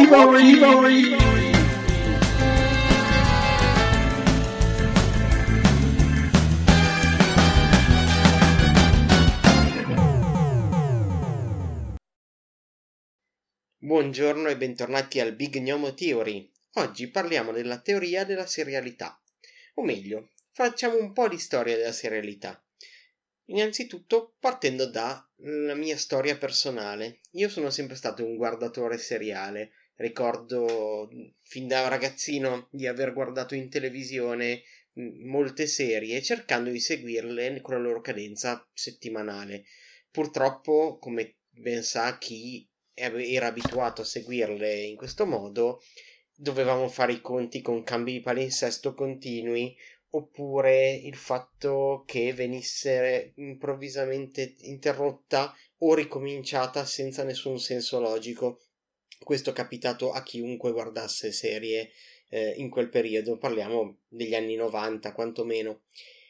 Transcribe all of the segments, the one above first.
Buongiorno e bentornati al Big Gnomo Theory. Oggi parliamo della teoria della serialità. O meglio, facciamo un po' di storia della serialità. Innanzitutto partendo dalla mia storia personale. Io sono sempre stato un guardatore seriale. Ricordo fin da ragazzino di aver guardato in televisione molte serie cercando di seguirle con la loro cadenza settimanale. Purtroppo, come ben sa chi era abituato a seguirle in questo modo, dovevamo fare i conti con cambi di palinsesto continui, oppure il fatto che venisse improvvisamente interrotta o ricominciata senza nessun senso logico. Questo è capitato a chiunque guardasse serie in quel periodo, parliamo degli anni 90 quantomeno.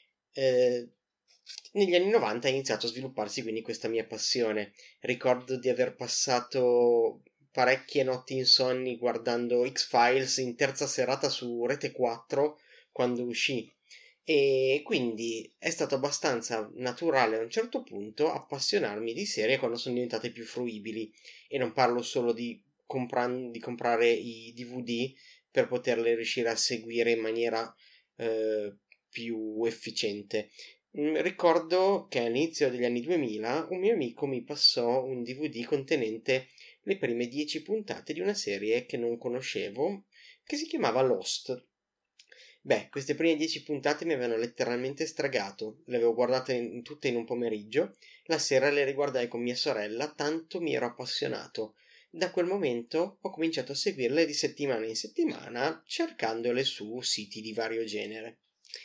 Negli anni 90 è iniziato a svilupparsi quindi questa mia passione. Ricordo di aver passato parecchie notti insonni guardando X-Files in terza serata su Rete 4 quando uscì, e quindi è stato abbastanza naturale a un certo punto appassionarmi di serie quando sono diventate più fruibili, e non parlo solo di comprare i DVD per poterle riuscire a seguire in maniera più efficiente. Ricordo che all'inizio degli anni 2000 un mio amico mi passò un DVD contenente le prime 10 puntate di una serie che non conoscevo, che si chiamava Lost. Beh, queste prime 10 puntate mi avevano letteralmente stregato. Le avevo guardate tutte in un pomeriggio. La sera le riguardai con mia sorella, tanto mi ero appassionato. Da quel momento ho cominciato a seguirle di settimana in settimana, cercandole su siti di vario genere.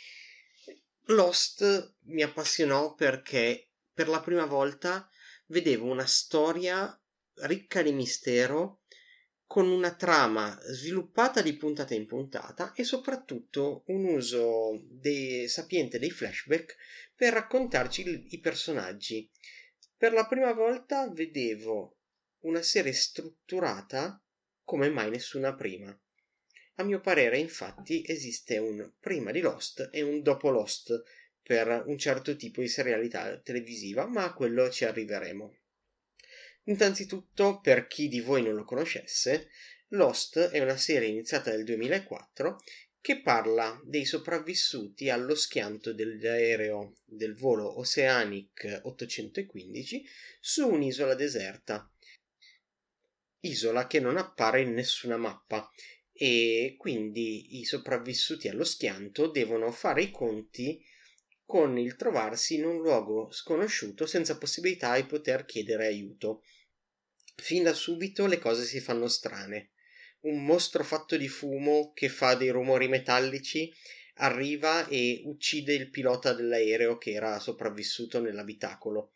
Lost mi appassionò perché per la prima volta vedevo una storia ricca di mistero, con una trama sviluppata di puntata in puntata e soprattutto un uso sapiente dei flashback per raccontarci i personaggi. Per la prima volta vedevo una serie strutturata come mai nessuna prima. A mio parere, infatti, esiste un prima di Lost e un dopo Lost per un certo tipo di serialità televisiva, ma a quello ci arriveremo. Innanzitutto, per chi di voi non lo conoscesse, Lost è una serie iniziata nel 2004 che parla dei sopravvissuti allo schianto dell'aereo del volo Oceanic 815 su un'isola deserta, isola che non appare in nessuna mappa, e quindi i sopravvissuti allo schianto devono fare i conti con il trovarsi in un luogo sconosciuto senza possibilità di poter chiedere aiuto. Fin da subito le cose si fanno strane. Un mostro fatto di fumo che fa dei rumori metallici arriva e uccide il pilota dell'aereo che era sopravvissuto nell'abitacolo.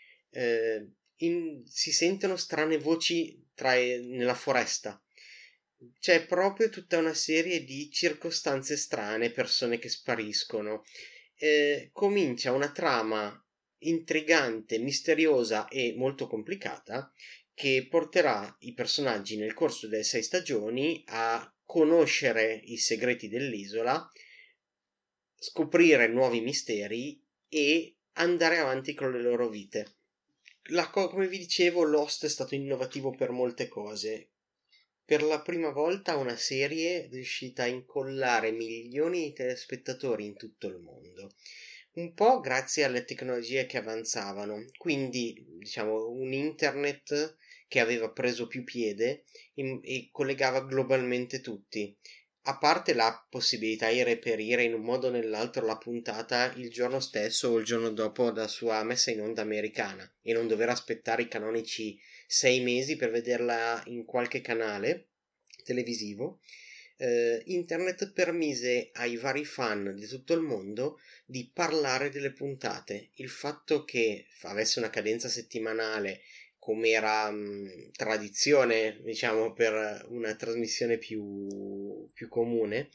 Si sentono strane voci nella foresta. C'è proprio tutta una serie di circostanze strane, persone che spariscono. Comincia una trama intrigante, misteriosa e molto complicata che porterà i personaggi nel corso delle 6 stagioni a conoscere i segreti dell'isola, scoprire nuovi misteri e andare avanti con le loro vite. Come vi dicevo, Lost è stato innovativo per molte cose. Per la prima volta una serie è riuscita a incollare milioni di telespettatori in tutto il mondo, un po' grazie alle tecnologie che avanzavano, quindi diciamo un internet che aveva preso più piede e collegava globalmente tutti, a parte la possibilità di reperire in un modo o nell'altro la puntata il giorno stesso o il giorno dopo la sua messa in onda americana e non dover aspettare i canonici 6 mesi per vederla in qualche canale televisivo. Internet permise ai vari fan di tutto il mondo di parlare delle puntate. Il fatto che avesse una cadenza settimanale, come era tradizione, diciamo, per una trasmissione più comune,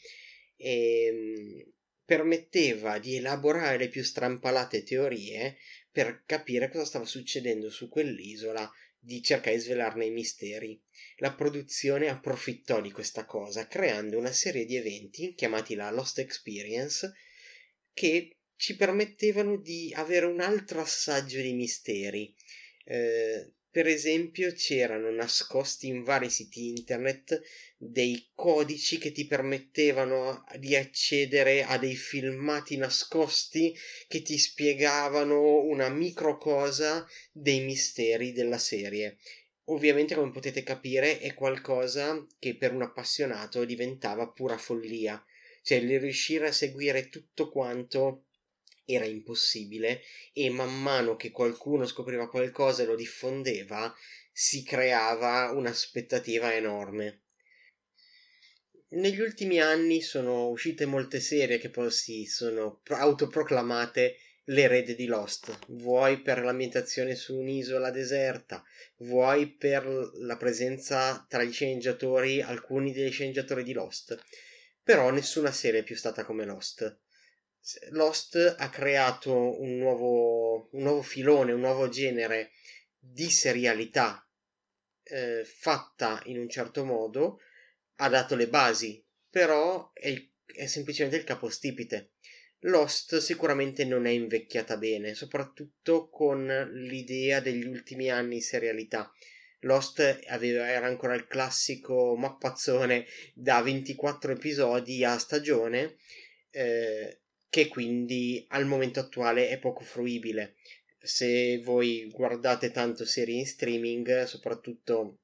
permetteva di elaborare le più strampalate teorie per capire cosa stava succedendo su quell'isola di cercare di svelarne i misteri. La produzione approfittò di questa cosa creando una serie di eventi chiamati la Lost Experience che ci permettevano di avere un altro assaggio di misteri. Per esempio c'erano nascosti in vari siti internet dei codici che ti permettevano di accedere a dei filmati nascosti che ti spiegavano una micro cosa dei misteri della serie. Ovviamente, come potete capire, è qualcosa che per un appassionato diventava pura follia. Cioè, il riuscire a seguire tutto quanto era impossibile e man mano che qualcuno scopriva qualcosa e lo diffondeva, si creava un'aspettativa enorme. Negli ultimi anni sono uscite molte serie che poi si sono autoproclamate l'erede di Lost, vuoi per l'ambientazione su un'isola deserta, vuoi per la presenza tra gli sceneggiatori, alcuni dei sceneggiatori di Lost, però nessuna serie è più stata come Lost. Lost ha creato un nuovo filone, un nuovo genere di serialità fatta in un certo modo, ha dato le basi, però è semplicemente il capostipite. Lost sicuramente non è invecchiata bene, soprattutto con l'idea degli ultimi anni in serialità. Lost era ancora il classico mappazzone da 24 episodi a stagione, che quindi al momento attuale è poco fruibile. Se voi guardate tanto serie in streaming, soprattutto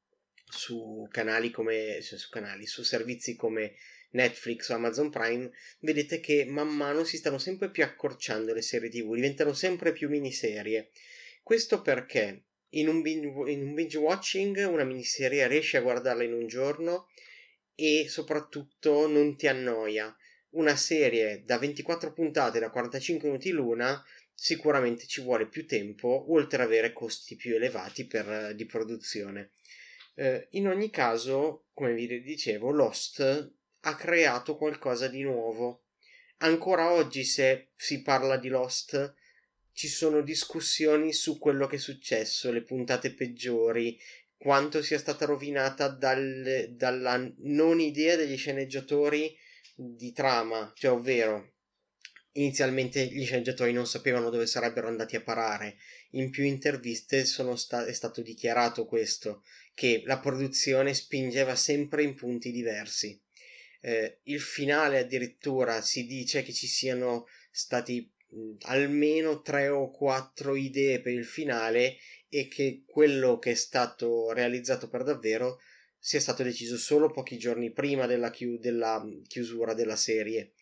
su servizi come Netflix o Amazon Prime, vedete che man mano si stanno sempre più accorciando le serie TV, diventano sempre più miniserie. Questo perché in un binge watching una miniserie riesci a guardarla in un giorno e soprattutto non ti annoia. Una serie da 24 puntate da 45 minuti l'una sicuramente ci vuole più tempo, oltre ad avere costi più elevati di produzione. In ogni caso, come vi dicevo, Lost ha creato qualcosa di nuovo. Ancora oggi, se si parla di Lost, ci sono discussioni su quello che è successo, le puntate peggiori, quanto sia stata rovinata dalla non idea degli sceneggiatori di trama, cioè ovvero inizialmente gli sceneggiatori non sapevano dove sarebbero andati a parare. In più interviste è stato dichiarato questo, che la produzione spingeva sempre in punti diversi. Il finale addirittura si dice che ci siano stati almeno 3 o 4 idee per il finale e che quello che è stato realizzato per davvero sia stato deciso solo pochi giorni prima della chiusura della serie.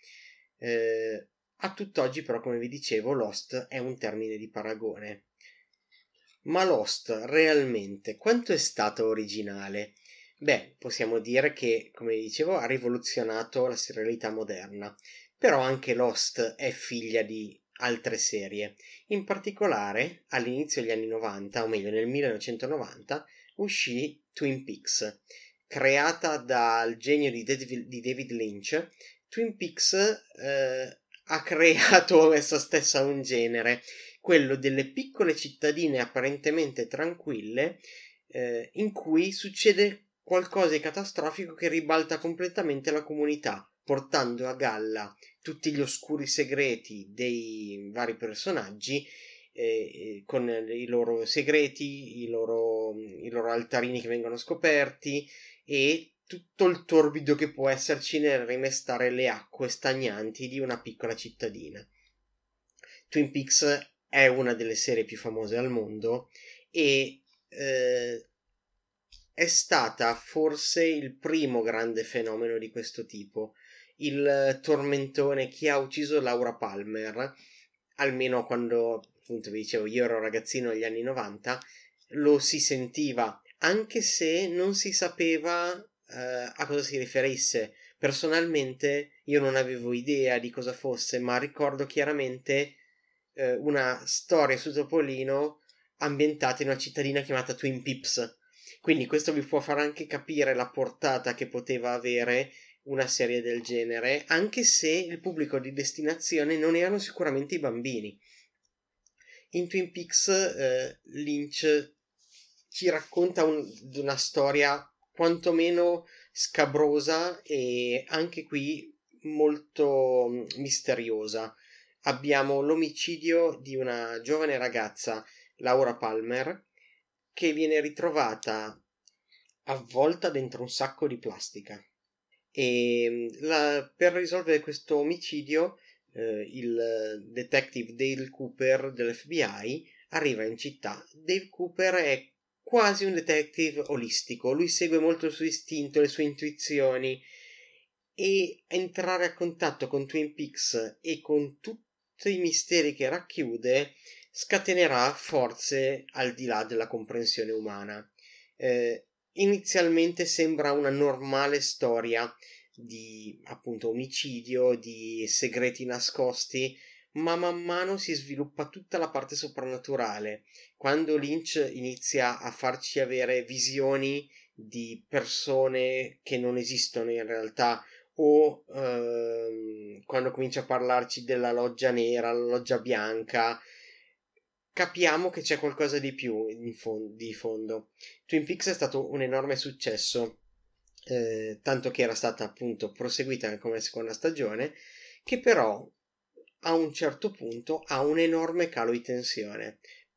A tutt'oggi però, come vi dicevo, Lost è un termine di paragone. Ma Lost realmente quanto è stato originale? Beh, possiamo dire che, come dicevo, ha rivoluzionato la serialità moderna, però anche Lost è figlia di altre serie. In particolare, all'inizio degli anni 90, o meglio nel 1990, uscì Twin Peaks. Creata dal genio di David Lynch, Twin Peaks ha creato essa stessa un genere, quello delle piccole cittadine apparentemente tranquille, in cui succede qualcosa di catastrofico che ribalta completamente la comunità, portando a galla tutti gli oscuri segreti dei vari personaggi, con i loro segreti, i loro altarini che vengono scoperti e tutto il torbido che può esserci nel rimestare le acque stagnanti di una piccola cittadina. Twin Peaks è una delle serie più famose al mondo e è stata forse il primo grande fenomeno di questo tipo, il tormentone che ha ucciso Laura Palmer, almeno quando, appunto vi dicevo, io ero ragazzino negli anni 90, lo si sentiva, anche se non si sapeva a cosa si riferisse. Personalmente io non avevo idea di cosa fosse, ma ricordo chiaramente una storia su Topolino ambientata in una cittadina chiamata Twin Peaks. Quindi questo vi può far anche capire la portata che poteva avere una serie del genere, anche se il pubblico di destinazione non erano sicuramente i bambini. In Twin Peaks Lynch ci racconta una storia quantomeno scabrosa e anche qui molto misteriosa. Abbiamo l'omicidio di una giovane ragazza, Laura Palmer, che viene ritrovata avvolta dentro un sacco di plastica. E per risolvere questo omicidio, il detective Dale Cooper dell'FBI arriva in città. Dale Cooper è quasi un detective olistico, lui segue molto il suo istinto, le sue intuizioni, e entrare a contatto con Twin Peaks e con tutti i misteri che racchiude scatenerà forze al di là della comprensione umana. Inizialmente sembra una normale storia di appunto omicidio, di segreti nascosti, ma man mano si sviluppa tutta la parte soprannaturale. Quando Lynch inizia a farci avere visioni di persone che non esistono in realtà, o quando comincia a parlarci della loggia nera, la loggia bianca, capiamo che c'è qualcosa di più di fondo. Twin Peaks è stato un enorme successo, tanto che era stata appunto proseguita come seconda stagione, che però a un certo punto ha un enorme calo di tensione.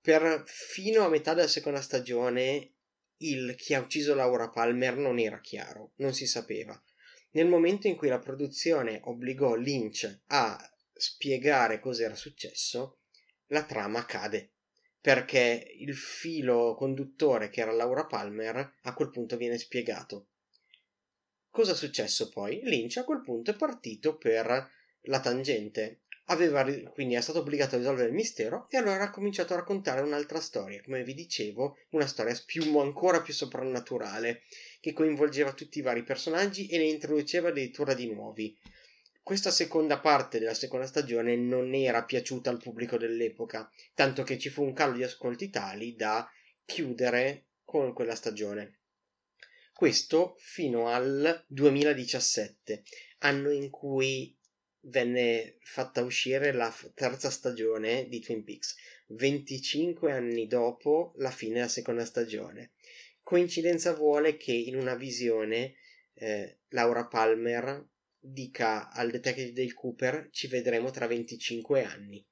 Fino a metà della seconda stagione chi ha ucciso Laura Palmer non era chiaro, non si sapeva. Nel momento in cui la produzione obbligò Lynch a spiegare cosa era successo, la trama cade, perché il filo conduttore che era Laura Palmer a quel punto viene spiegato. Cosa è successo poi? Lynch a quel punto è partito per la tangente. Quindi è stato obbligato a risolvere il mistero e allora ha cominciato a raccontare un'altra storia, come vi dicevo, una storia ancora più soprannaturale, che coinvolgeva tutti i vari personaggi e ne introduceva addirittura di nuovi. Questa seconda parte della seconda stagione non era piaciuta al pubblico dell'epoca, tanto che ci fu un calo di ascolti tali da chiudere con quella stagione. Questo fino al 2017, anno in cui venne fatta uscire la terza stagione di Twin Peaks, 25 anni dopo la fine della seconda stagione. Coincidenza vuole che in una visione Laura Palmer dica al detective Dale Cooper: ci vedremo tra 25 anni.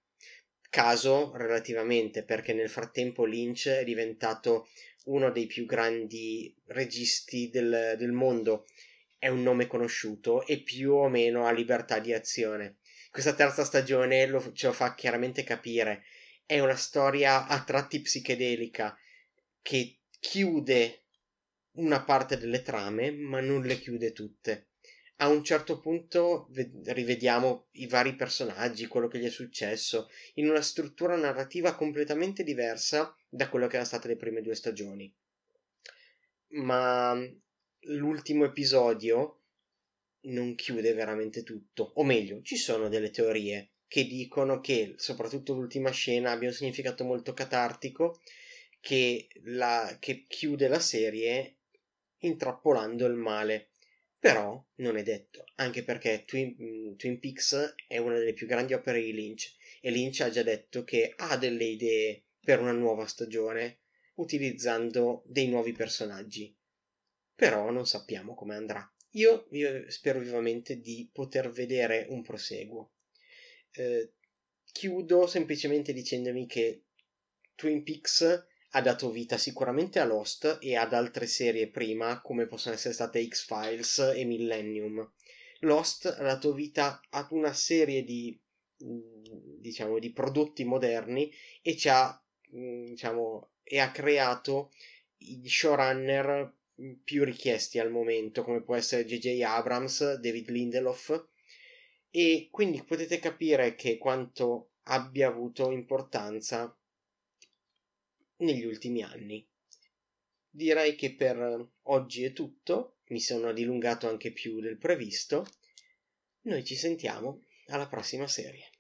Caso relativamente, perché nel frattempo Lynch è diventato uno dei più grandi registi del mondo, è un nome conosciuto e più o meno ha libertà di azione. Questa terza stagione ce lo fa chiaramente capire. È una storia a tratti psichedelica che chiude una parte delle trame, ma non le chiude tutte. A un certo punto rivediamo i vari personaggi, quello che gli è successo, in una struttura narrativa completamente diversa da quello che erano state le prime due stagioni. Ma l'ultimo episodio non chiude veramente tutto, o meglio, ci sono delle teorie che dicono che soprattutto l'ultima scena abbia un significato molto catartico, che chiude la serie intrappolando il male. Però non è detto, anche perché Twin Peaks è una delle più grandi opere di Lynch e Lynch ha già detto che ha delle idee per una nuova stagione utilizzando dei nuovi personaggi. Però non sappiamo come andrà. Io spero vivamente di poter vedere un proseguo. Chiudo semplicemente dicendomi che Twin Peaks ha dato vita sicuramente a Lost e ad altre serie prima, come possono essere state X-Files e Millennium. Lost ha dato vita ad una serie diciamo, di prodotti moderni e e ha creato i showrunner più richiesti al momento, come può essere J.J. Abrams, David Lindelof, e quindi potete capire che quanto abbia avuto importanza negli ultimi anni. Direi che per oggi è tutto, mi sono dilungato anche più del previsto. Noi ci sentiamo alla prossima serie.